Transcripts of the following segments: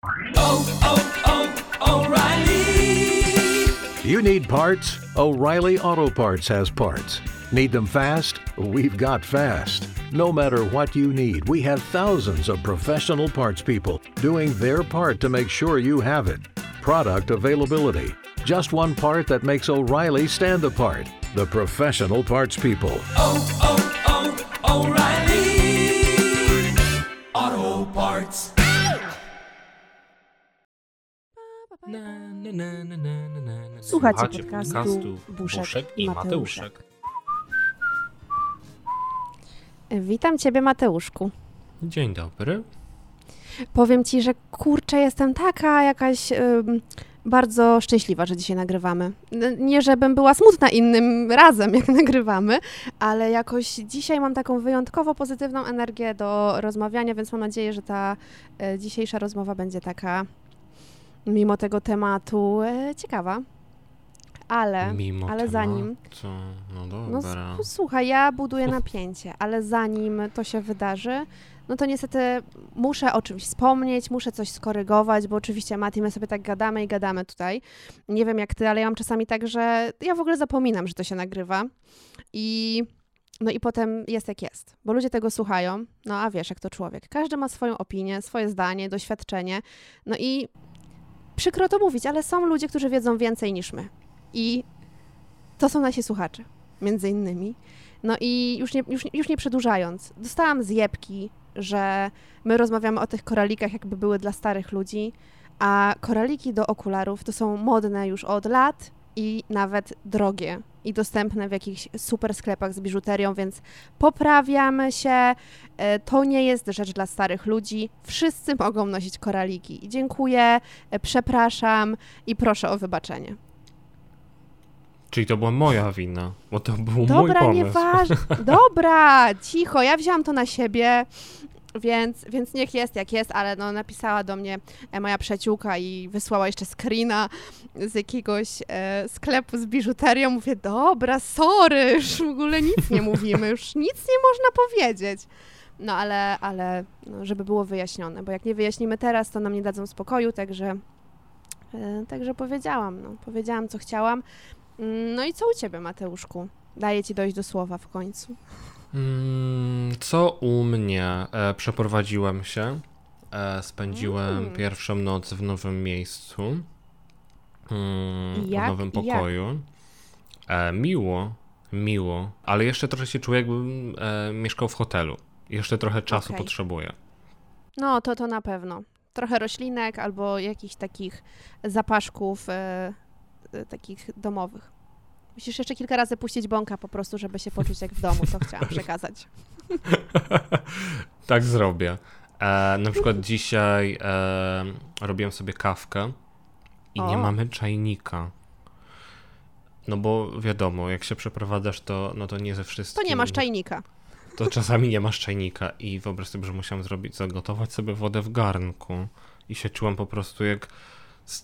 O'Reilly! You need parts? O'Reilly Auto Parts has parts. Need them fast? We've got fast. No matter what you need, we have thousands of professional parts people doing their part to make sure you have it. Product availability. Just one part that makes O'Reilly stand apart. The professional parts people. O'Reilly Auto Parts. Słuchacie podcastu Buszek i Mateuszek. Witam Ciebie, Mateuszku. Dzień dobry. Powiem Ci, że kurczę, jestem taka jakaś bardzo szczęśliwa, że dzisiaj nagrywamy. Nie, żebym była smutna innym razem, jak nagrywamy, ale jakoś dzisiaj mam taką wyjątkowo pozytywną energię do rozmawiania, więc mam nadzieję, że ta dzisiejsza rozmowa będzie taka, mimo tego tematu, ciekawa. Ale zanim... No dobra. Słuchaj, ja buduję napięcie, ale zanim to się wydarzy, no to niestety muszę o czymś wspomnieć, muszę coś skorygować, bo oczywiście, Mati, my sobie tak gadamy tutaj. Nie wiem jak ty, ale ja mam czasami tak, że ja w ogóle zapominam, że to się nagrywa i potem jest jak jest, bo ludzie tego słuchają, no a wiesz, jak to człowiek. Każdy ma swoją opinię, swoje zdanie, doświadczenie, no i przykro to mówić, ale są ludzie, którzy wiedzą więcej niż my. I to są nasi słuchacze, między innymi. No i już nie przedłużając, dostałam zjebki, że my rozmawiamy o tych koralikach, jakby były dla starych ludzi, a koraliki do okularów to są modne już od lat i nawet drogie i dostępne w jakichś super sklepach z biżuterią, więc poprawiamy się. To nie jest rzecz dla starych ludzi. Wszyscy mogą nosić koraliki. Dziękuję, przepraszam i proszę o wybaczenie. Czyli to była moja wina, bo to był mój Dobra, pomysł. nieważne. Dobra, cicho, ja wzięłam to na siebie, więc niech jest jak jest, ale no napisała do mnie moja przyjaciółka i wysłała jeszcze screena z jakiegoś sklepu z biżuterią. Mówię, dobra, sorry, już w ogóle nic nie mówimy, już nic nie można powiedzieć. No ale no, żeby było wyjaśnione, bo jak nie wyjaśnimy teraz, to nam nie dadzą spokoju, także powiedziałam co chciałam. No i co u Ciebie, Mateuszku? Daję Ci dojść do słowa w końcu. Co u mnie? Przeprowadziłem się, spędziłem pierwszą noc w nowym miejscu, w nowym pokoju. Miło, ale jeszcze trochę się czuję, jakbym mieszkał w hotelu. Jeszcze trochę czasu potrzebuję. No, to na pewno. Trochę roślinek albo jakichś takich zapaszków takich domowych. Musisz jeszcze kilka razy puścić bąka po prostu, żeby się poczuć jak w domu, to chciałam przekazać. Tak zrobię. Na przykład dzisiaj robiłem sobie kawkę i nie mamy czajnika. No bo wiadomo, jak się przeprowadzasz, to nie ze wszystkim. To nie masz czajnika. To czasami nie masz czajnika i wyobraź sobie, że musiałem zagotować sobie wodę w garnku i się czułem po prostu jak z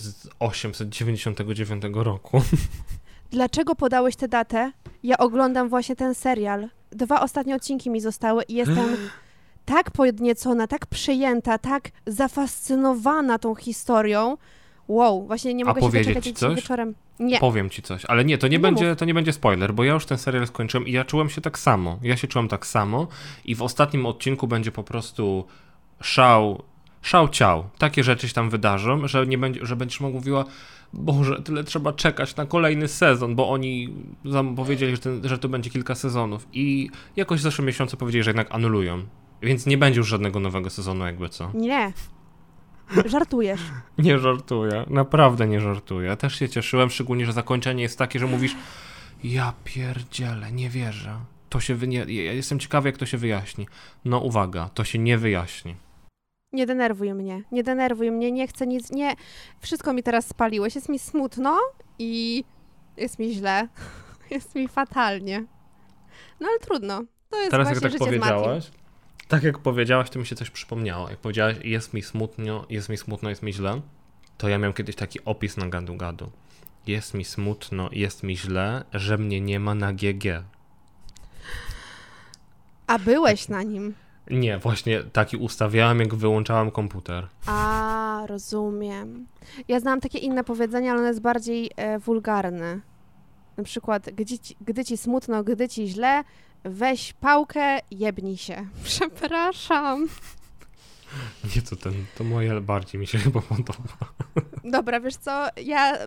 1899 roku. Dlaczego podałeś tę datę? Ja oglądam właśnie ten serial. 2 ostatnie odcinki mi zostały i jestem tak podniecona, tak przejęta, tak zafascynowana tą historią. Wow, właśnie nie mogę się doczekać wieczorem. Nie. Powiem ci coś, ale nie, to nie będzie spoiler, bo ja już ten serial skończyłem i ja czułem się tak samo. Ja się czułem tak samo i w ostatnim odcinku będzie po prostu szał ciał. Takie rzeczy się tam wydarzą, że będziesz mówiła, Boże, tyle trzeba czekać na kolejny sezon, bo oni powiedzieli, że to będzie kilka sezonów i jakoś w zeszłym miesiącu powiedzieli, że jednak anulują. Więc nie będzie już żadnego nowego sezonu, jakby co. Nie. Żartujesz. Nie żartuję, naprawdę nie żartuję. Ja też się cieszyłem, szczególnie, że zakończenie jest takie, że mówisz, ja pierdzielę, nie wierzę. Ja jestem ciekawy, jak to się wyjaśni. No uwaga, to się nie wyjaśni. Nie denerwuj mnie, nie chcę nic, nie. Wszystko mi teraz spaliłeś, jest mi smutno i jest mi źle, jest mi fatalnie. No ale trudno, to jest teraz właśnie jak tak życie powiedziałaś, z Matim. tak jak powiedziałaś, to mi się coś przypomniało. Jak powiedziałaś, jest mi smutno, jest mi źle, to ja miałem kiedyś taki opis na gadu. Jest mi smutno, jest mi źle, że mnie nie ma na GG. A byłeś na nim. Nie, właśnie taki ustawiałem, jak wyłączałem komputer. A, rozumiem. Ja znam takie inne powiedzenie, ale ono jest bardziej wulgarne. Na przykład, gdy ci smutno, gdy ci źle, weź pałkę, jebnij się. Przepraszam. Nie, to moje bardziej mi się chyba podoba. Dobra, wiesz co, ja...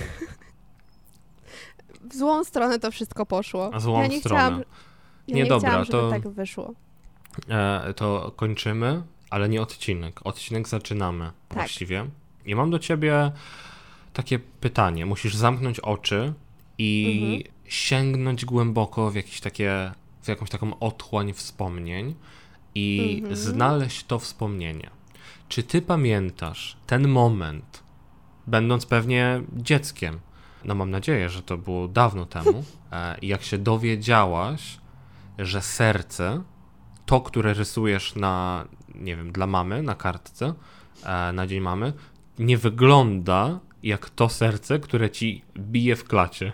W złą stronę to wszystko poszło. A złą ja nie stronę. Chciałam, ja nie dobra, chciałam, żeby to... tak wyszło. To kończymy, ale nie odcinek. Odcinek zaczynamy Tak. właściwie. I mam do ciebie takie pytanie. Musisz zamknąć oczy i sięgnąć głęboko w jakąś taką otchłań wspomnień i znaleźć to wspomnienie. Czy ty pamiętasz ten moment, będąc pewnie dzieckiem? No mam nadzieję, że to było dawno temu. Jak się dowiedziałaś, że serce, to, które rysujesz na, nie wiem, dla mamy, na kartce, na Dzień Mamy, nie wygląda jak to serce, które ci bije w klacie.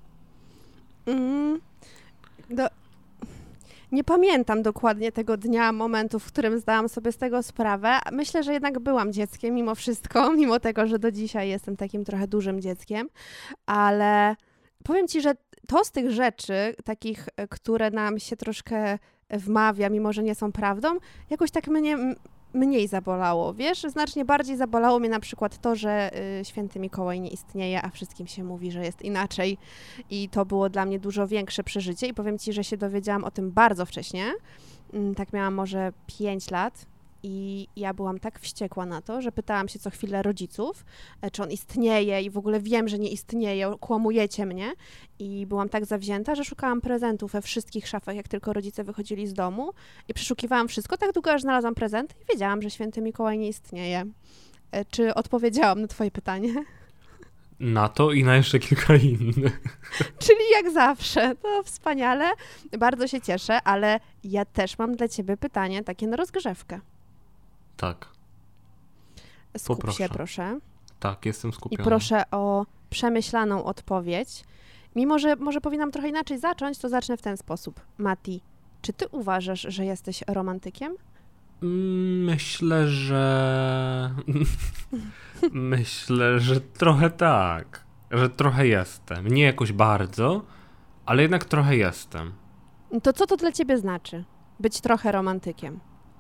Nie pamiętam dokładnie tego dnia, momentu, w którym zdałam sobie z tego sprawę. Myślę, że jednak byłam dzieckiem mimo wszystko, mimo tego, że do dzisiaj jestem takim trochę dużym dzieckiem, ale powiem ci, że to z tych rzeczy, takich, które nam się troszkę wmawia, mimo że nie są prawdą, jakoś tak mnie mniej zabolało, wiesz? Znacznie bardziej zabolało mnie na przykład to, że Święty Mikołaj nie istnieje, a wszystkim się mówi, że jest inaczej i to było dla mnie dużo większe przeżycie i powiem ci, że się dowiedziałam o tym bardzo wcześnie, tak miałam może 5 lat i ja byłam tak wściekła na to, że pytałam się co chwilę rodziców, czy on istnieje i w ogóle wiem, że nie istnieje, kłamujecie mnie i byłam tak zawzięta, że szukałam prezentów we wszystkich szafach, jak tylko rodzice wychodzili z domu i przeszukiwałam wszystko tak długo, aż znalazłam prezenty i wiedziałam, że Święty Mikołaj nie istnieje. Czy odpowiedziałam na twoje pytanie? Na to i na jeszcze kilka innych. Czyli jak zawsze, to wspaniale, bardzo się cieszę, ale ja też mam dla ciebie pytanie takie na rozgrzewkę. Tak. Skup Poproszę. się, proszę. Tak, jestem skupiony. I proszę o przemyślaną odpowiedź. Mimo, że może powinnam trochę inaczej zacząć, to zacznę w ten sposób. Mati, czy ty uważasz, że jesteś romantykiem? Myślę, że... Myślę, że trochę tak. Że trochę jestem. Nie jakoś bardzo, ale jednak trochę jestem. To co to dla ciebie znaczy? Być trochę romantykiem.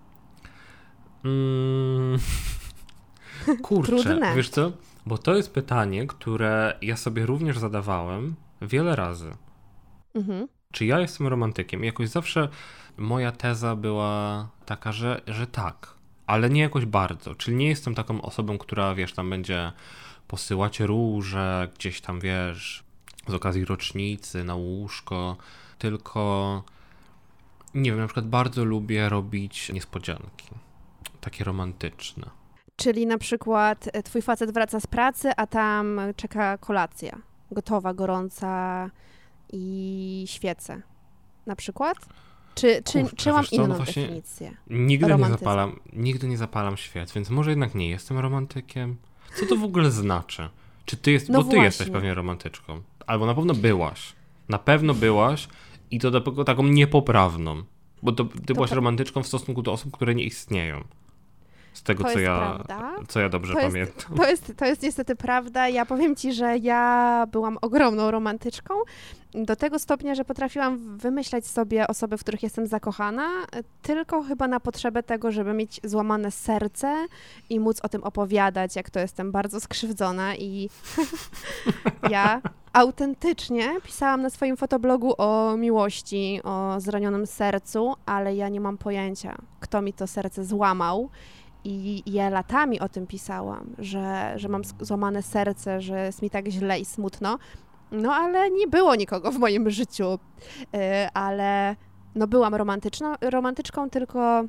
Kurczę, Trudne. wiesz co? Bo to jest pytanie, które ja sobie również zadawałem wiele razy. Czy ja jestem romantykiem? I jakoś zawsze moja teza była taka, że tak, ale nie jakoś bardzo. Czyli nie jestem taką osobą, która, wiesz, tam będzie posyłać róże, gdzieś tam, wiesz, z okazji rocznicy na łóżko, tylko, nie wiem, na przykład bardzo lubię robić niespodzianki, takie romantyczne. Czyli na przykład twój facet wraca z pracy, a tam czeka kolacja. Gotowa, gorąca i świece. Na przykład? Czy mam wiesz co, inną no właśnie definicję? Nigdy nie zapalam świec, więc może jednak nie jestem romantykiem. Co to w ogóle znaczy? Czy ty jest, No bo ty właśnie. jesteś pewnie romantyczką. Albo na pewno byłaś. Na pewno byłaś i to taką niepoprawną. Bo ty byłaś romantyczką w stosunku do osób, które nie istnieją. Z tego, co ja dobrze pamiętam. To jest niestety prawda. Ja powiem ci, że ja byłam ogromną romantyczką. Do tego stopnia, że potrafiłam wymyślać sobie osoby, w których jestem zakochana, tylko chyba na potrzebę tego, żeby mieć złamane serce i móc o tym opowiadać, jak to jestem bardzo skrzywdzona i ja autentycznie pisałam na swoim fotoblogu o miłości, o zranionym sercu, ale ja nie mam pojęcia, kto mi to serce złamał. I ja latami o tym pisałam, że mam złamane serce, że jest mi tak źle i smutno. No ale nie było nikogo w moim życiu. Ale no byłam romantyczką, tylko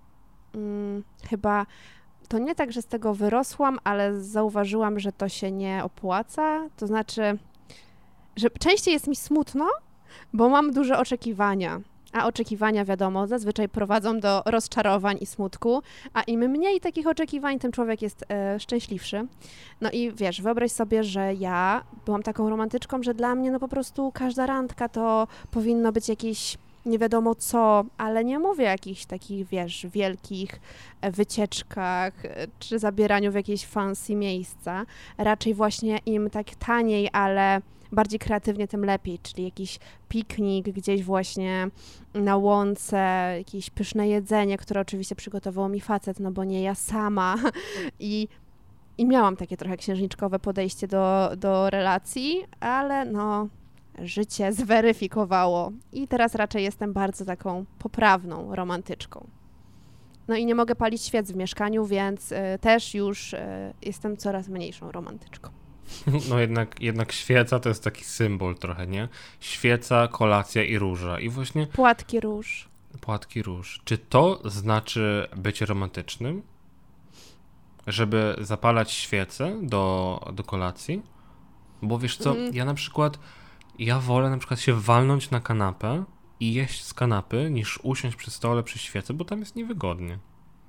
chyba to nie tak, że z tego wyrosłam, ale zauważyłam, że to się nie opłaca. To znaczy, że częściej jest mi smutno, bo mam duże oczekiwania. A oczekiwania, wiadomo, zazwyczaj prowadzą do rozczarowań i smutku, a im mniej takich oczekiwań, tym człowiek jest szczęśliwszy. No i wiesz, wyobraź sobie, że ja byłam taką romantyczką, że dla mnie no po prostu każda randka to powinno być jakieś nie wiadomo co, ale nie mówię o jakichś takich, wiesz, wielkich wycieczkach czy zabieraniu w jakieś fancy miejsca. Raczej właśnie im tak taniej, ale bardziej kreatywnie, tym lepiej, czyli jakiś piknik gdzieś właśnie na łące, jakieś pyszne jedzenie, które oczywiście przygotował mi facet, no bo nie ja sama. I miałam takie trochę księżniczkowe podejście do relacji, ale no życie zweryfikowało i teraz raczej jestem bardzo taką poprawną romantyczką. No i nie mogę palić świec w mieszkaniu, więc też już jestem coraz mniejszą romantyczką. No jednak świeca to jest taki symbol trochę, nie? Świeca, kolacja i róża. I właśnie Płatki róż. płatki róż. Czy to znaczy być romantycznym? Żeby zapalać świecę do kolacji? Bo wiesz co, ja wolę na przykład się walnąć na kanapę i jeść z kanapy, niż usiąść przy stole przy świecy, bo tam jest niewygodnie.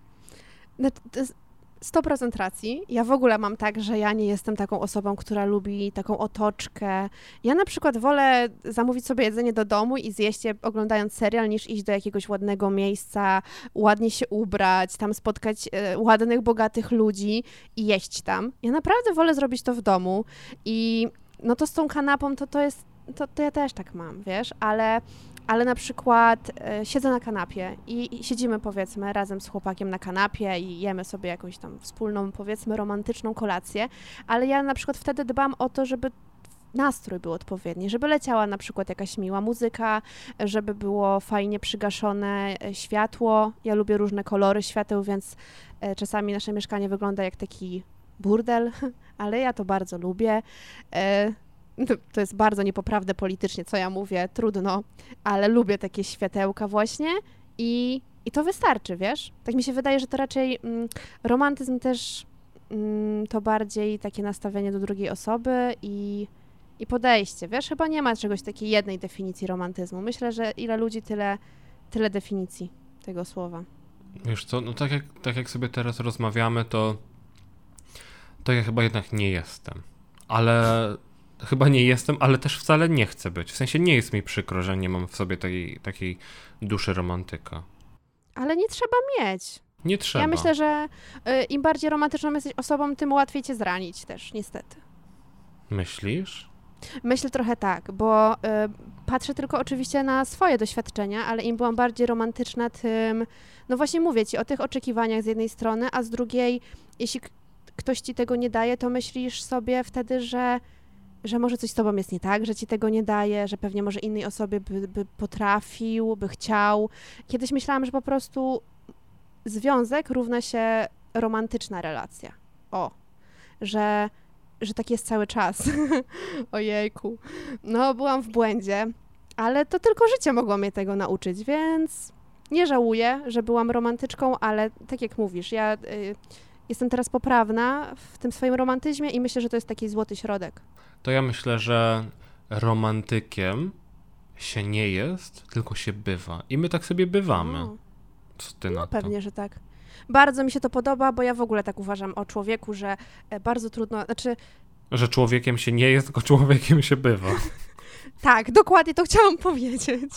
To jest 100% racji. Ja w ogóle mam tak, że ja nie jestem taką osobą, która lubi taką otoczkę. Ja na przykład wolę zamówić sobie jedzenie do domu i zjeść je oglądając serial, niż iść do jakiegoś ładnego miejsca, ładnie się ubrać, tam spotkać ładnych, bogatych ludzi i jeść tam. Ja naprawdę wolę zrobić to w domu i no to z tą kanapą to ja też tak mam, wiesz, ale na przykład siedzę na kanapie i siedzimy, powiedzmy, razem z chłopakiem na kanapie i jemy sobie jakąś tam wspólną, powiedzmy, romantyczną kolację, ale ja na przykład wtedy dbam o to, żeby nastrój był odpowiedni, żeby leciała na przykład jakaś miła muzyka, żeby było fajnie przygaszone światło. Ja lubię różne kolory świateł, więc czasami nasze mieszkanie wygląda jak taki burdel, ale ja to bardzo lubię. To jest bardzo niepoprawne politycznie, co ja mówię, trudno, ale lubię takie światełka właśnie i to wystarczy, wiesz? Tak mi się wydaje, że to raczej romantyzm też to bardziej takie nastawienie do drugiej osoby i podejście, wiesz? Chyba nie ma czegoś takiej jednej definicji romantyzmu. Myślę, że ile ludzi, tyle definicji tego słowa. Wiesz co, no tak jak sobie teraz rozmawiamy, to ja chyba jednak nie jestem. Ale też wcale nie chcę być. W sensie nie jest mi przykro, że nie mam w sobie takiej duszy romantyka. Ale nie trzeba mieć. Nie trzeba. Ja myślę, że im bardziej romantyczną jesteś osobą, tym łatwiej cię zranić też, niestety. Myślisz? Myślę trochę tak, bo patrzę tylko oczywiście na swoje doświadczenia, ale im byłam bardziej romantyczna, tym, no właśnie mówię ci o tych oczekiwaniach z jednej strony, a z drugiej, jeśli ktoś ci tego nie daje, to myślisz sobie wtedy, że może coś z tobą jest nie tak, że ci tego nie daje, że pewnie może innej osobie by potrafił, by chciał. Kiedyś myślałam, że po prostu związek równa się romantyczna relacja. Że tak jest cały czas. Ojejku. No, byłam w błędzie, ale to tylko życie mogło mnie tego nauczyć, więc nie żałuję, że byłam romantyczką, ale tak jak mówisz, ja jestem teraz poprawna w tym swoim romantyzmie i myślę, że to jest taki złoty środek. To ja myślę, że romantykiem się nie jest, tylko się bywa. I my tak sobie bywamy. Co ty na to? Pewnie, że tak. Bardzo mi się to podoba, bo ja w ogóle tak uważam o człowieku, że bardzo trudno, Że człowiekiem się nie jest, tylko człowiekiem się bywa. Tak, dokładnie to chciałam powiedzieć.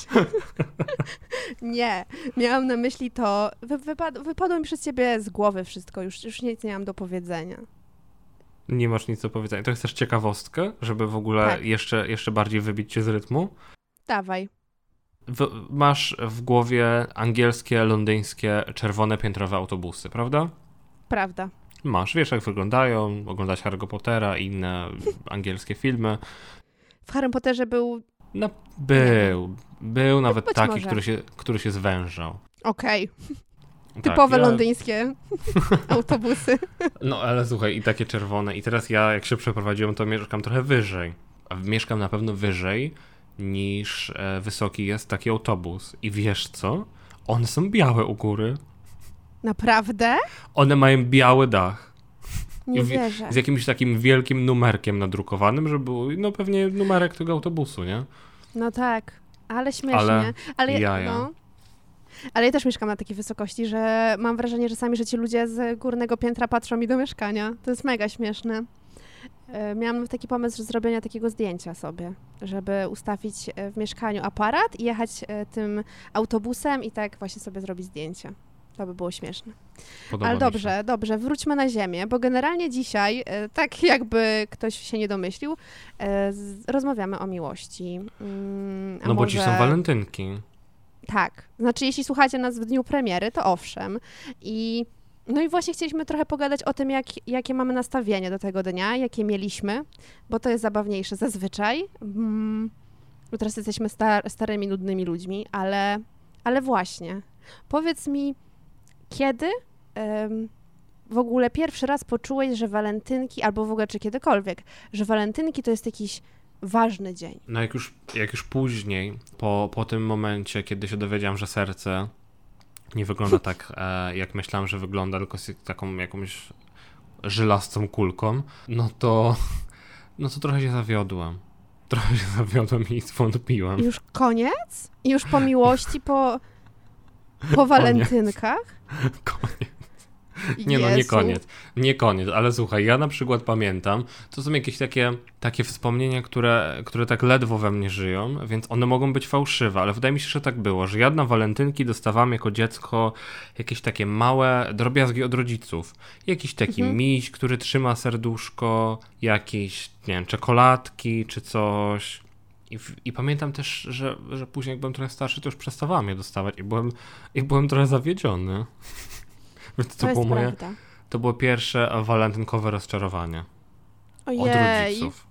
Nie, miałam na myśli to, wypadło mi przez ciebie z głowy wszystko, już nic nie mam do powiedzenia. Nie masz nic do powiedzenia. To chcesz ciekawostkę, żeby w ogóle tak. jeszcze bardziej wybić cię z rytmu? Dawaj. Masz w głowie angielskie, londyńskie, czerwone piętrowe autobusy, prawda? Prawda. Masz, wiesz jak wyglądają, oglądać Harry'ego Pottera i inne angielskie filmy. W Harrym Potterze był... No, był nawet być taki, może. który się zwężał. Okej. Tak, Typowe londyńskie autobusy. No ale słuchaj, i takie czerwone. I teraz ja, jak się przeprowadziłem, to mieszkam trochę wyżej. A mieszkam na pewno wyżej niż wysoki jest taki autobus. I wiesz co? One są białe u góry. Naprawdę? One mają biały dach. Nie wierzę. Z jakimś takim wielkim numerkiem nadrukowanym, żeby był, no pewnie numerek tego autobusu, nie? No tak, ale śmiesznie. Ale jaja. No. Ale ja też mieszkam na takiej wysokości, że mam wrażenie czasami, że ci ludzie z górnego piętra patrzą mi do mieszkania. To jest mega śmieszne. Miałam taki pomysł zrobienia takiego zdjęcia sobie, żeby ustawić w mieszkaniu aparat i jechać tym autobusem i tak właśnie sobie zrobić zdjęcie. To by było śmieszne. Podoba Ale mi się. dobrze, wróćmy na ziemię, bo generalnie dzisiaj, tak jakby ktoś się nie domyślił, rozmawiamy o miłości. A No bo może... dziś są walentynki. Tak, znaczy jeśli słuchacie nas w dniu premiery, to owszem. No i właśnie chcieliśmy trochę pogadać o tym, jakie mamy nastawienie do tego dnia, jakie mieliśmy, bo to jest zabawniejsze zazwyczaj. Bo teraz jesteśmy starymi, nudnymi ludźmi, ale właśnie, powiedz mi, kiedy w ogóle pierwszy raz poczułeś, że walentynki, albo w ogóle czy kiedykolwiek, że walentynki to jest jakiś ważny dzień? No jak już później, po tym momencie, kiedy się dowiedziałam, że serce nie wygląda tak, jak myślałam, że wygląda, tylko z taką jakąś żylastą kulką, no to trochę się zawiodłem. Trochę się zawiodłem i zwątpiłem. Już koniec? Już po miłości, po walentynkach? Koniec. Nie no, nie koniec, ale słuchaj, ja na przykład pamiętam, to są jakieś takie wspomnienia, które tak ledwo we mnie żyją, więc one mogą być fałszywe, ale wydaje mi się, że tak było, że ja na walentynki dostawałem jako dziecko jakieś takie małe drobiazgi od rodziców. Jakiś taki miś, który trzyma serduszko, jakieś, nie wiem, czekoladki czy coś. I pamiętam też, że później jak byłem trochę starszy, to już przestawałem je dostawać i byłem trochę zawiedziony. To było pierwsze walentynkowe rozczarowanie. Ojej. Od rodziców.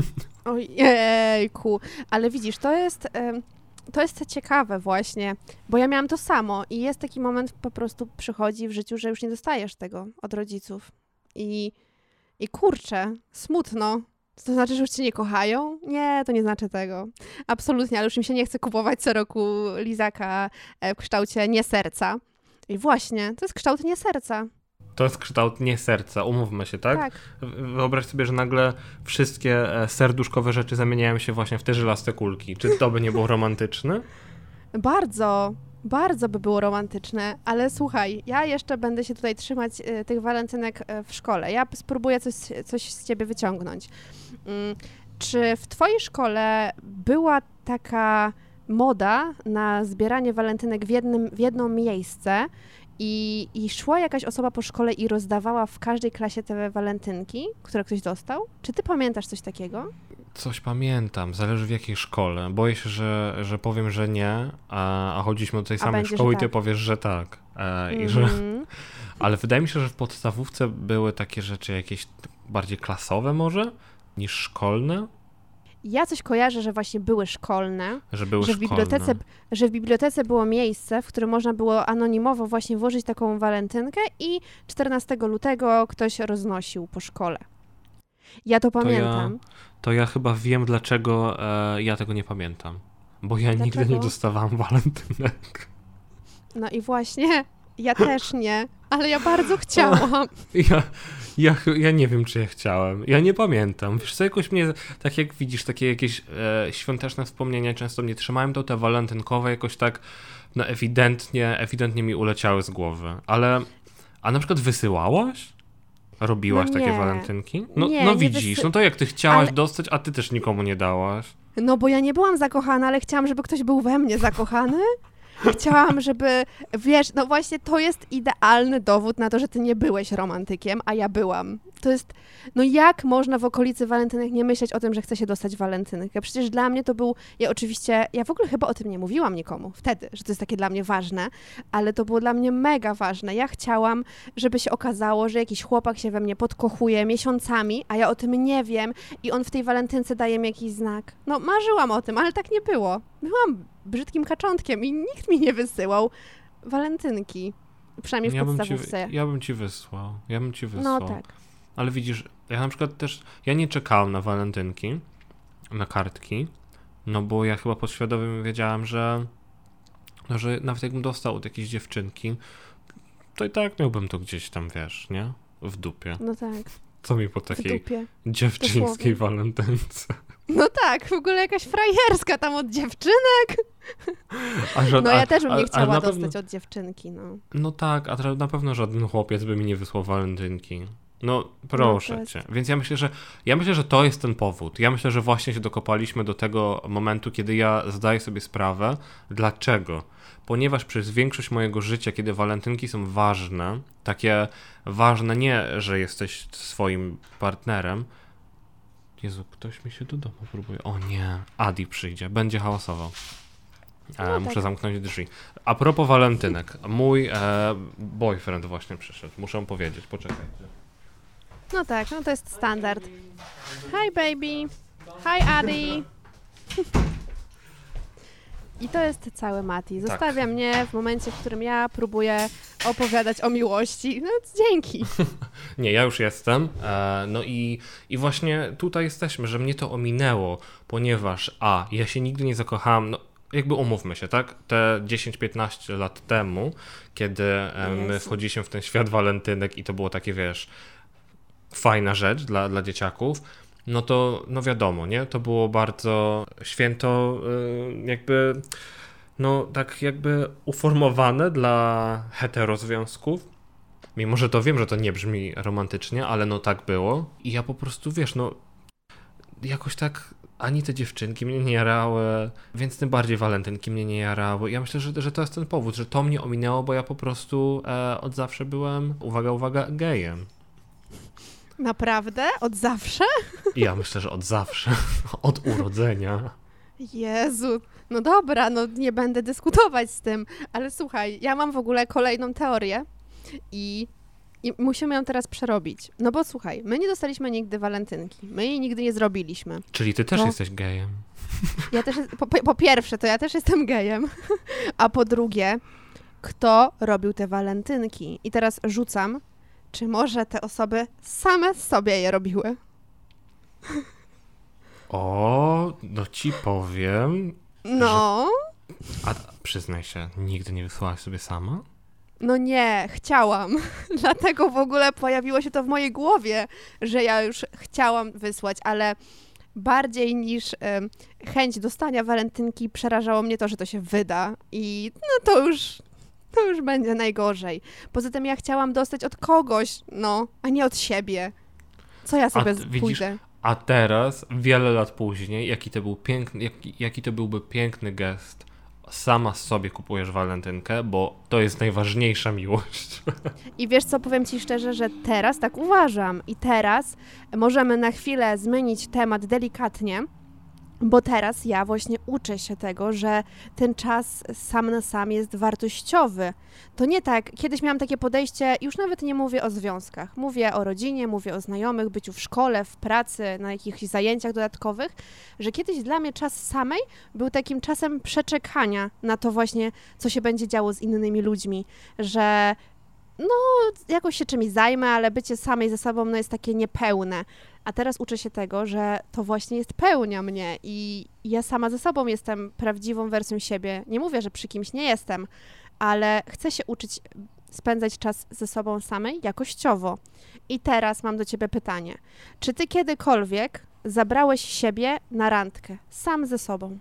Ojejku. Ale widzisz, to jest ciekawe właśnie, bo ja miałam to samo i jest taki moment, po prostu przychodzi w życiu, że już nie dostajesz tego od rodziców. I kurczę, smutno. To znaczy, że już cię nie kochają? Nie, to nie znaczy tego. Absolutnie, ale już im się nie chce kupować co roku lizaka w kształcie nie serca. I właśnie, to jest kształt nie serca. To jest kształt nie serca, umówmy się, tak? Tak. Wyobraź sobie, że nagle wszystkie serduszkowe rzeczy zamieniają się właśnie w te żylaste kulki. Czy to by nie było romantyczne? Bardzo, bardzo by było romantyczne, ale słuchaj, ja jeszcze będę się tutaj trzymać tych walentynek w szkole. Ja spróbuję coś z ciebie wyciągnąć. Czy w twojej szkole była taka moda na zbieranie walentynek w jedno miejsce i szła jakaś osoba po szkole i rozdawała w każdej klasie te walentynki, które ktoś dostał? Czy ty pamiętasz coś takiego? Coś pamiętam, zależy w jakiej szkole. Boję się, że powiem, że nie, a chodziliśmy do tej samej będzie, szkoły i że ty tak. powiesz, że tak. Ale wydaje mi się, że w podstawówce były takie rzeczy jakieś bardziej klasowe może niż szkolne. Ja coś kojarzę, że właśnie były szkolne, Że były że szkolne. w bibliotece było miejsce, w którym można było anonimowo właśnie włożyć taką walentynkę i 14 lutego ktoś roznosił po szkole. Ja to pamiętam. To ja chyba wiem, dlaczego ja tego nie pamiętam. Bo ja nigdy Dlaczego? nie dostawałam walentynek. No i właśnie, ja też nie, ale ja bardzo chciałam. Ja nie wiem, czy ja chciałem. Ja nie pamiętam. Wiesz co, jakoś mnie, tak jak widzisz, takie jakieś świąteczne wspomnienia często mnie trzymają, to te walentynkowe jakoś tak no ewidentnie mi uleciały z głowy. A na przykład wysyłałaś? Robiłaś No takie nie. walentynki? Nie, No nie widzisz, no to jak ty chciałaś Ale- dostać, a ty też nikomu nie dałaś. No bo ja nie byłam zakochana, ale chciałam, żeby ktoś był we mnie zakochany. Chciałam, żeby, wiesz, no właśnie to jest idealny dowód na to, że ty nie byłeś romantykiem, a ja byłam. To jest, no jak można w okolicy walentynek nie myśleć o tym, że chce się dostać walentynkę? Przecież dla mnie to był, ja w ogóle chyba o tym nie mówiłam nikomu wtedy, że to jest takie dla mnie ważne, ale to było dla mnie mega ważne. Ja chciałam, żeby się okazało, że jakiś chłopak się we mnie podkochuje miesiącami, a ja o tym nie wiem i on w tej walentynce daje mi jakiś znak. No marzyłam o tym, ale tak nie było. Byłam brzydkim kaczątkiem i nikt mi nie wysyłał walentynki. Przynajmniej w podstawówce. Ja bym ci wysłał. No tak. Ale widzisz, ja na przykład też, ja nie czekałem na walentynki, na kartki, no bo ja chyba podświadomie wiedziałem, że nawet jakbym dostał od jakiejś dziewczynki, to i tak miałbym to gdzieś tam, wiesz, nie? W dupie. No tak, Co mi po w takiej dupie. dziewczyńskiej walentynce? No tak, w ogóle jakaś frajerska tam od dziewczynek. No ja też bym nie chciała na dostać pewno, od dziewczynki, no. no tak, na pewno żaden chłopiec by mi nie wysłał walentynki. No proszę to jest- cię. Więc ja myślę, że to jest ten powód. Ja myślę, że właśnie się dokopaliśmy do tego momentu, kiedy ja zdaję sobie sprawę, dlaczego. Ponieważ przez większość mojego życia, kiedy walentynki są ważne, takie ważne nie, że jesteś swoim partnerem. Jezu, ktoś mi się do domu próbuje. O nie, Adi przyjdzie, będzie hałasował. Muszę tak. zamknąć drzwi. A propos walentynek, mój boyfriend właśnie przyszedł. Muszę powiedzieć, poczekajcie. No tak, no to jest standard. Hi baby, hi Adi. I to jest cały Mati. Zostawia mnie w momencie, w którym ja próbuję opowiadać o miłości. No dzięki. Nie, ja już jestem. No i właśnie tutaj jesteśmy, że mnie to ominęło, ponieważ ja się nigdy nie zakochałem, no jakby umówmy się, tak? Te 10-15 lat temu, kiedy my Jezu. wchodziliśmy w ten świat walentynek i to było takie, wiesz, fajna rzecz dla dzieciaków, no to no wiadomo, nie? To było bardzo święto jakby, no tak jakby uformowane dla heterozwiązków. Mimo, że to wiem, że to nie brzmi romantycznie, ale no tak było. I ja po prostu, wiesz, no jakoś tak ani te dziewczynki mnie nie jarały, więc tym bardziej walentynki mnie nie jarały. Ja myślę, że to jest ten powód, że to mnie ominęło, bo ja po prostu od zawsze byłem, uwaga, gejem. Naprawdę? Od zawsze? I ja myślę, że od zawsze, od urodzenia. Jezu. No dobra, no nie będę dyskutować z tym, ale słuchaj, ja mam w ogóle kolejną teorię i musimy ją teraz przerobić. No bo słuchaj, my nie dostaliśmy nigdy walentynki, my jej nigdy nie zrobiliśmy. Czyli ty też To- jesteś gejem. Ja też, po pierwsze, to ja też jestem gejem, a po drugie, kto robił te walentynki? I teraz rzucam, czy może te osoby same sobie je robiły? O, no ci powiem. No, A przyznaj się, nigdy nie wysłałaś sobie sama? no nie, chciałam. Dlatego w ogóle pojawiło się to w mojej głowie, że ja już chciałam wysłać, ale bardziej niż chęć dostania walentynki przerażało mnie to, że to się wyda i no to już będzie najgorzej. Poza tym ja chciałam dostać od kogoś, no, a nie od siebie. Co ja sobie widzisz, pójdę? A teraz, wiele lat później, jaki to byłby piękny gest. Sama sobie kupujesz walentynkę, bo to jest najważniejsza miłość. I wiesz co, powiem ci szczerze, że teraz tak uważam i teraz możemy na chwilę zmienić temat delikatnie, bo teraz ja właśnie uczę się tego, że ten czas sam na sam jest wartościowy. To nie tak, kiedyś miałam takie podejście, już nawet nie mówię o związkach, mówię o rodzinie, mówię o znajomych, byciu w szkole, w pracy, na jakichś zajęciach dodatkowych, że kiedyś dla mnie czas samej był takim czasem przeczekania na to właśnie, co się będzie działo z innymi ludźmi, że no jakoś się czymś zajmę, ale bycie samej ze sobą no, jest takie niepełne. A teraz uczę się tego, że to właśnie jest pełnia mnie i ja sama ze sobą jestem prawdziwą wersją siebie. Nie mówię, że przy kimś nie jestem, ale chcę się uczyć spędzać czas ze sobą samej jakościowo. I teraz mam do ciebie pytanie. Czy ty kiedykolwiek zabrałeś siebie na randkę sam ze sobą?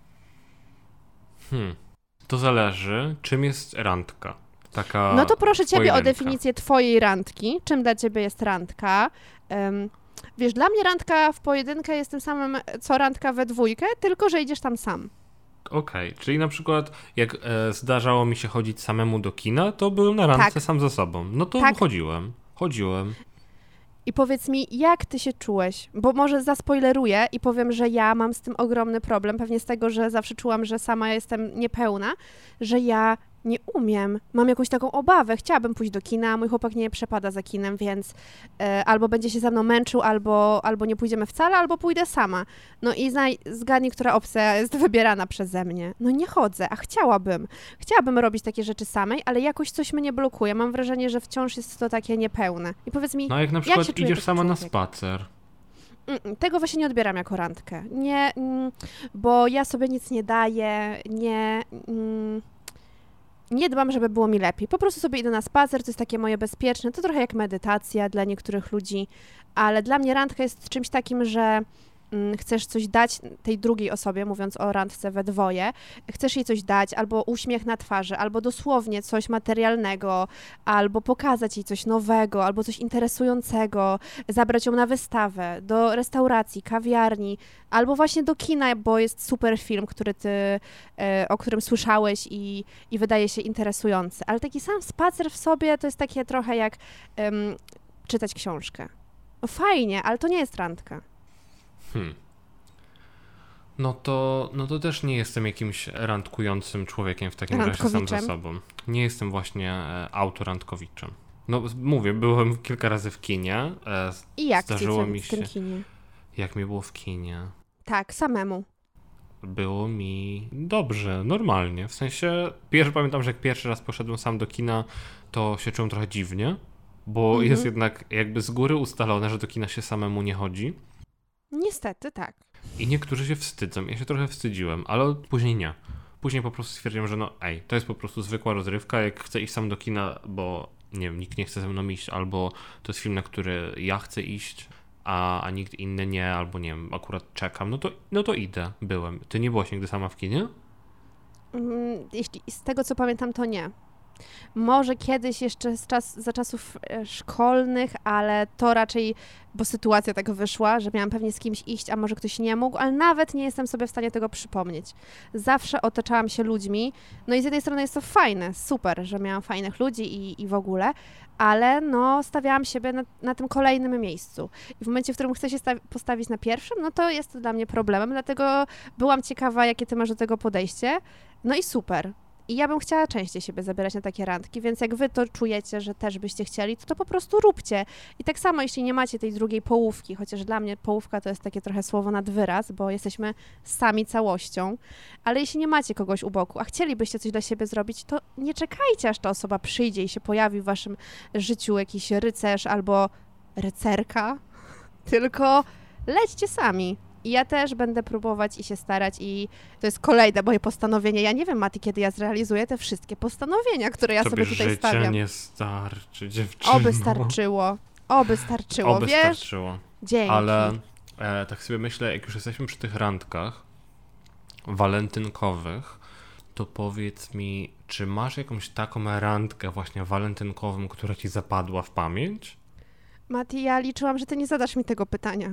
To zależy, czym jest randka. Taka No to proszę ciebie o pojedynka. definicję twojej randki. Czym dla ciebie jest randka? Wiesz, dla mnie randka w pojedynkę jest tym samym, co randka we dwójkę, tylko że idziesz tam sam. Okej, czyli na przykład jak zdarzało mi się chodzić samemu do kina, to byłem na randce Tak. sam ze sobą. No to Tak. chodziłem. I powiedz mi, jak ty się czułeś? Bo może zaspoileruję i powiem, że ja mam z tym ogromny problem, pewnie z tego, że zawsze czułam, że sama jestem niepełna, że ja nie umiem. Mam jakąś taką obawę. Chciałabym pójść do kina, mój chłopak nie przepada za kinem, więc albo będzie się ze mną męczył, albo nie pójdziemy wcale, albo pójdę sama. No i zgadnij, która opcja jest wybierana przeze mnie. No nie chodzę, a chciałabym. Chciałabym robić takie rzeczy samej, ale jakoś coś mnie blokuje. Mam wrażenie, że wciąż jest to takie niepełne. I powiedz mi, No a jak na się przykład czuje idziesz taki sama na człowiek? spacer. Tego właśnie nie odbieram jako randkę. Nie, bo ja sobie nic nie daję, nie dbam, żeby było mi lepiej. Po prostu sobie idę na spacer, to jest takie moje bezpieczne, to trochę jak medytacja dla niektórych ludzi, ale dla mnie randka jest czymś takim, że chcesz coś dać tej drugiej osobie, mówiąc o randce we dwoje, chcesz jej coś dać, albo uśmiech na twarzy, albo dosłownie coś materialnego, albo pokazać jej coś nowego, albo coś interesującego, zabrać ją na wystawę, do restauracji, kawiarni, albo właśnie do kina, bo jest super film, o którym słyszałeś i wydaje się interesujący. Ale taki sam spacer w sobie to jest takie trochę jak czytać książkę. No fajnie, ale to nie jest randka. No to też nie jestem jakimś randkującym człowiekiem w takim razie sam ze sobą. Nie jestem właśnie autorandkowiczem. No mówię, byłem kilka razy w kinie. I jak zdarzyło ci mi w tym kinie? Jak mi było w kinie? Tak, samemu. Było mi dobrze, normalnie. W sensie, pamiętam, że jak pierwszy raz poszedłem sam do kina, to się czułem trochę dziwnie, bo jest jednak jakby z góry ustalone, że do kina się samemu nie chodzi. Niestety, tak. I niektórzy się wstydzą. Ja się trochę wstydziłem, ale później nie. Później po prostu stwierdziłem, że to jest po prostu zwykła rozrywka. Jak chcę iść sam do kina, bo nie wiem, nikt nie chce ze mną iść, albo to jest film, na który ja chcę iść, a nikt inny nie, albo nie wiem, akurat czekam, no to idę, byłem. Ty nie byłaś nigdy sama w kinie? Jeśli z tego, co pamiętam, to nie. Może kiedyś jeszcze za czasów szkolnych, ale to raczej, bo sytuacja tak wyszła, że miałam pewnie z kimś iść, a może ktoś nie mógł, ale nawet nie jestem sobie w stanie tego przypomnieć. Zawsze otaczałam się ludźmi, no i z jednej strony jest to fajne, super, że miałam fajnych ludzi i w ogóle, ale no stawiałam siebie na tym kolejnym miejscu. I w momencie, w którym chcę się postawić na pierwszym, no to jest to dla mnie problemem, dlatego byłam ciekawa, jakie ty masz do tego podejście, no i super. I ja bym chciała częściej siebie zabierać na takie randki, więc jak wy to czujecie, że też byście chcieli, to po prostu róbcie. I tak samo, jeśli nie macie tej drugiej połówki, chociaż dla mnie połówka to jest takie trochę słowo nad wyraz, bo jesteśmy sami całością, ale jeśli nie macie kogoś u boku, a chcielibyście coś dla siebie zrobić, to nie czekajcie, aż ta osoba przyjdzie i się pojawi w waszym życiu jakiś rycerz albo rycerka, tylko lećcie sami. I ja też będę próbować i się starać i to jest kolejne moje postanowienie. Ja nie wiem, Mati, kiedy ja zrealizuję te wszystkie postanowienia, które ja sobie tutaj stawiam. Życie nie starczy, dziewczyno. Oby starczyło, wiesz? Starczyło. Dzięki. Ale tak sobie myślę, jak już jesteśmy przy tych randkach walentynkowych, to powiedz mi, czy masz jakąś taką randkę właśnie walentynkową, która ci zapadła w pamięć? Mati, ja liczyłam, że ty nie zadasz mi tego pytania.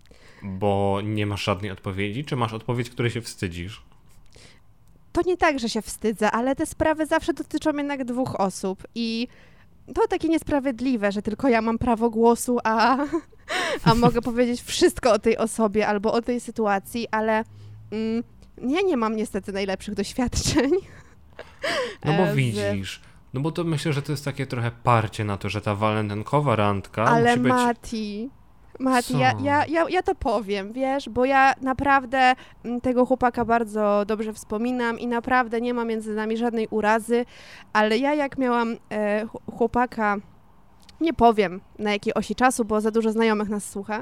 Bo nie masz żadnej odpowiedzi? Czy masz odpowiedź, której się wstydzisz? To nie tak, że się wstydzę, ale te sprawy zawsze dotyczą jednak dwóch osób i to takie niesprawiedliwe, że tylko ja mam prawo głosu, a mogę powiedzieć wszystko o tej osobie albo o tej sytuacji, ale ja nie mam niestety najlepszych doświadczeń. No bo widzisz, no bo to myślę, że to jest takie trochę parcie na to, że ta walentynkowa randka ale musi być... Mati, ja to powiem, wiesz, bo ja naprawdę tego chłopaka bardzo dobrze wspominam i naprawdę nie ma między nami żadnej urazy, ale ja jak miałam chłopaka, nie powiem na jakiej osi czasu, bo za dużo znajomych nas słucha,